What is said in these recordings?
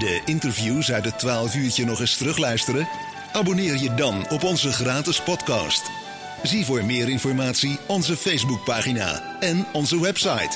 de interviews uit het 12 uurtje nog eens terugluisteren? Abonneer je dan op onze gratis podcast. Zie voor meer informatie onze Facebookpagina en onze website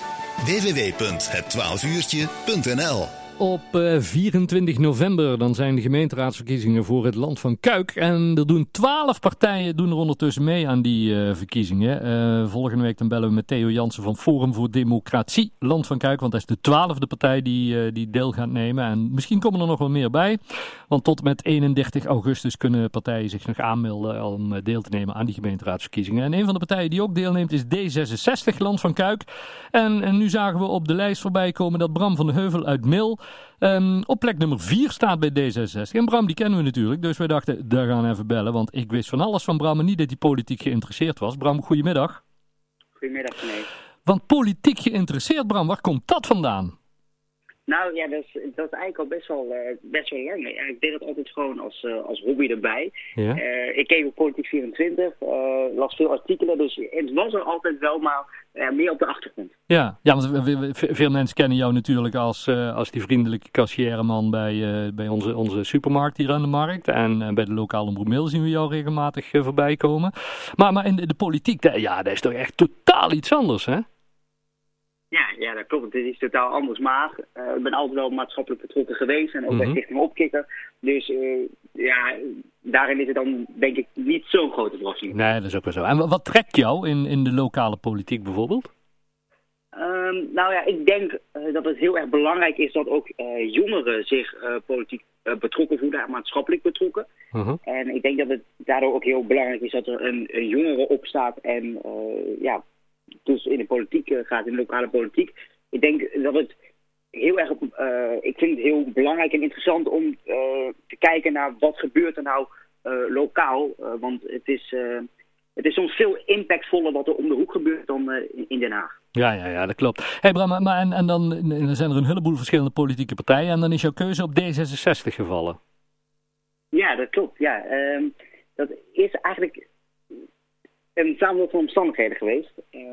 www.het12uurtje.nl. Op 24 november dan zijn de gemeenteraadsverkiezingen voor het Land van Cuijk. En er doen 12 partijen er ondertussen mee aan die verkiezingen. Volgende week dan bellen we met Theo Jansen van Forum voor Democratie Land van Cuijk. Want dat is de 12e partij die deel gaat nemen. En misschien komen er nog wel meer bij. Want tot en met 31 augustus kunnen partijen zich nog aanmelden om deel te nemen aan die gemeenteraadsverkiezingen. En een van de partijen die ook deelneemt is D66 Land van Cuijk. En nu zagen we op de lijst voorbij komen dat Bram van de Heuvel uit Mil op plek nummer 4 staat bij D66. En Bram, die kennen we natuurlijk, dus wij dachten, daar gaan we even bellen. Want ik wist van alles van Bram en niet dat hij politiek geïnteresseerd was. Bram, goedemiddag. Goedemiddag, nee. Want politiek geïnteresseerd, Bram, waar komt dat vandaan? Nou ja, dat is eigenlijk al best wel lang. Ja, ik deed dat altijd gewoon als hobby erbij. Ja? Ik keek op Politiek 24, las veel artikelen, dus het was er altijd wel, maar meer op de achtergrond. Ja, want veel mensen kennen jou natuurlijk als die vriendelijke kassiereman bij onze supermarkt hier aan de markt. En bij de lokale omroep Mil zien we jou regelmatig voorbij komen. Maar in de politiek, dat is toch echt totaal iets anders, hè? Ja, dat klopt. Het is totaal anders. Maar ik ben altijd wel maatschappelijk betrokken geweest en ook bij Stichting Opkikker. Dus daarin is het dan denk ik niet zo'n grote verrassing. Nee, dat is ook wel zo. En wat trekt jou in de lokale politiek bijvoorbeeld? Ik denk dat het heel erg belangrijk is dat ook jongeren zich politiek betrokken voelen, maatschappelijk betrokken. En ik denk dat het daardoor ook heel belangrijk is dat er een jongere opstaat en dus in de politiek gaat, in de lokale politiek. Ik denk dat het heel erg, ik vind het heel belangrijk en interessant om te kijken naar wat gebeurt er nou lokaal. Want het is soms veel impactvoller wat er om de hoek gebeurt dan in Den Haag. Ja, dat klopt. Hey Bram, maar en dan zijn er een heleboel verschillende politieke partijen en dan is jouw keuze op D66 gevallen. Ja, dat klopt. Ja, dat is eigenlijk een samenloop van omstandigheden geweest.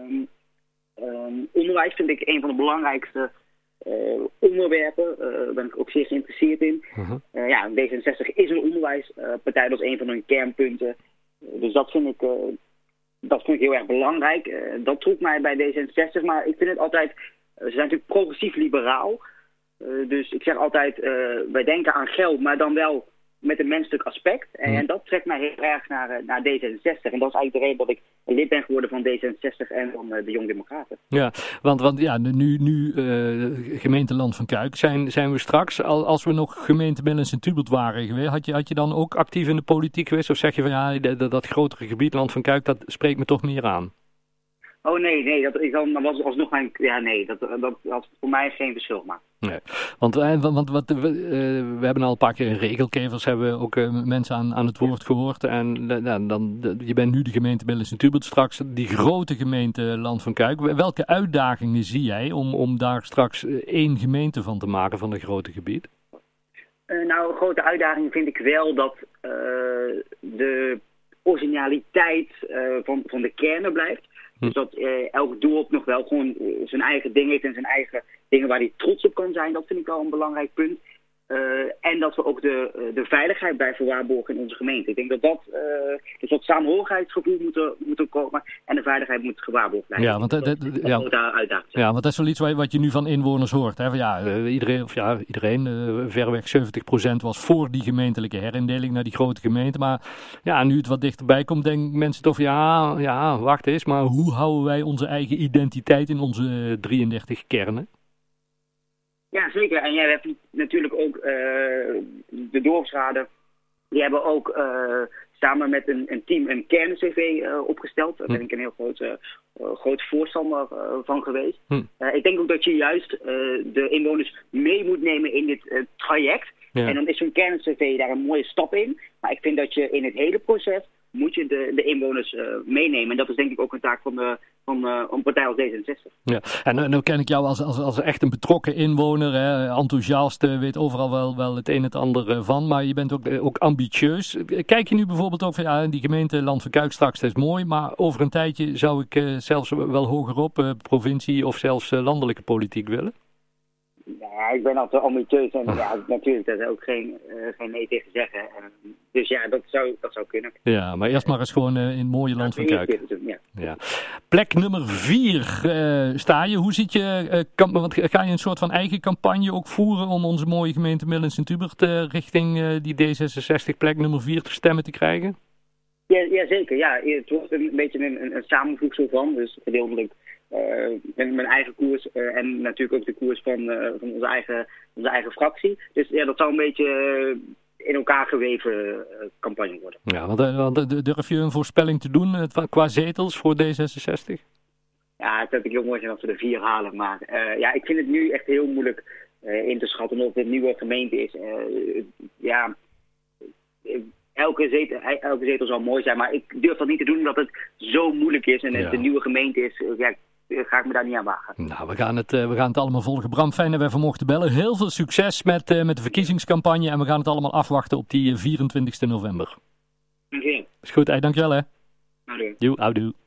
Onderwijs vind ik een van de belangrijkste onderwerpen. Daar ben ik ook zeer geïnteresseerd in. D66 is een onderwijspartij, dat is een van hun kernpunten. Dus dat vind ik heel erg belangrijk. Dat trok mij bij D66, maar ik vind het altijd, ze zijn natuurlijk progressief liberaal. Dus ik zeg altijd, wij denken aan geld, maar dan wel met een menselijk aspect. En dat trekt mij heel erg naar D66. En dat is eigenlijk de reden dat ik lid ben geworden van D66 en van de Jong Democraten. Ja, want nu gemeente Land van Cuijk zijn we straks. Als we nog gemeente Mil en Sint-Hubert waren geweest, had je dan ook actief in de politiek geweest? Of zeg je van dat grotere gebied, Land van Cuijk, dat spreekt me toch meer aan? Oh nee, dat was alsnog mijn... Ja, nee, dat had voor mij geen verschil gemaakt. Nee, want we hebben al een paar keer in regelkevers hebben we ook mensen aan het woord gehoord. En je bent nu de gemeente Mil en Sint-Hubert, straks die grote gemeente Land van Cuijk. Welke uitdagingen zie jij om daar straks één gemeente van te maken van een grote gebied? Een grote uitdaging vind ik wel dat de originaliteit van de kernen blijft. Dus dat elk dorp nog wel gewoon zijn eigen ding heeft en zijn eigen dingen waar hij trots op kan zijn. Dat vind ik wel een belangrijk punt. En dat we ook de veiligheid blijven waarborgen in onze gemeente. Ik denk dat samenhorigheidsgevoel moet komen en de veiligheid moet gewaarborgd blijven. Ja, want dat is wel iets wat je nu van inwoners hoort. Hè? Iedereen, verreweg 70% was voor die gemeentelijke herindeling naar die grote gemeente. Maar ja, nu het wat dichterbij komt, denken mensen toch wacht eens. Maar hoe houden wij onze eigen identiteit in onze 33 kernen? Ja, zeker. En jij hebt natuurlijk ook de dorpsraden. Die hebben ook samen met een team een kern-cv opgesteld. Daar ben ik een heel groot voorstander van geweest. Ik denk ook dat je juist de inwoners mee moet nemen in dit traject. Ja. En dan is zo'n kern-cv daar een mooie stap in. Maar ik vind dat je in het hele proces moet je de inwoners meenemen. En dat is denk ik ook een taak van een partij als D66. Ja, en nu ken ik jou als echt een betrokken inwoner, hè, enthousiast, weet overal wel het een en het ander van, maar je bent ook ambitieus. Kijk je nu bijvoorbeeld ook van, die gemeente Land van Cuijk straks, dat is mooi, maar over een tijdje zou ik zelfs wel hogerop, provincie of zelfs landelijke politiek willen? Ja, ik ben altijd ambitieus en ja, natuurlijk, daar is ook geen nee tegen zeggen. Dus ja, dat zou kunnen. Ja, maar eerst maar eens gewoon in het mooie land van Kuik. Ja. Plek nummer 4 sta je. Hoe ziet je, want ga je een soort van eigen campagne ook voeren om onze mooie gemeente Midden- en Sint-Hubert richting die D66 plek nummer 4 te stemmen te krijgen? Ja, zeker. Ja, het wordt een beetje een samenvoegsel van, dus gedeeltelijk mijn eigen koers en natuurlijk ook de koers van onze eigen fractie. Dus ja, dat zou een beetje in elkaar geweven campagne worden. Ja, want durf je een voorspelling te doen qua zetels voor D66? Ja, het zou heel mooi zijn als we er 4 halen, maar ja, ik vind het nu echt heel moeilijk in te schatten of het een nieuwe gemeente is. Elke zetel zal mooi zijn, maar ik durf dat niet te doen omdat het zo moeilijk is en het een nieuwe gemeente is. Ja, ga ik me daar niet aan wagen. Nou, we gaan het allemaal volgen. Bram, fijn dat wij vanmorgen te bellen. Heel veel succes met de verkiezingscampagne en we gaan het allemaal afwachten op die 24 november. Dank je. Is goed, dankjewel hè. Houdoe. Joe, houdoe.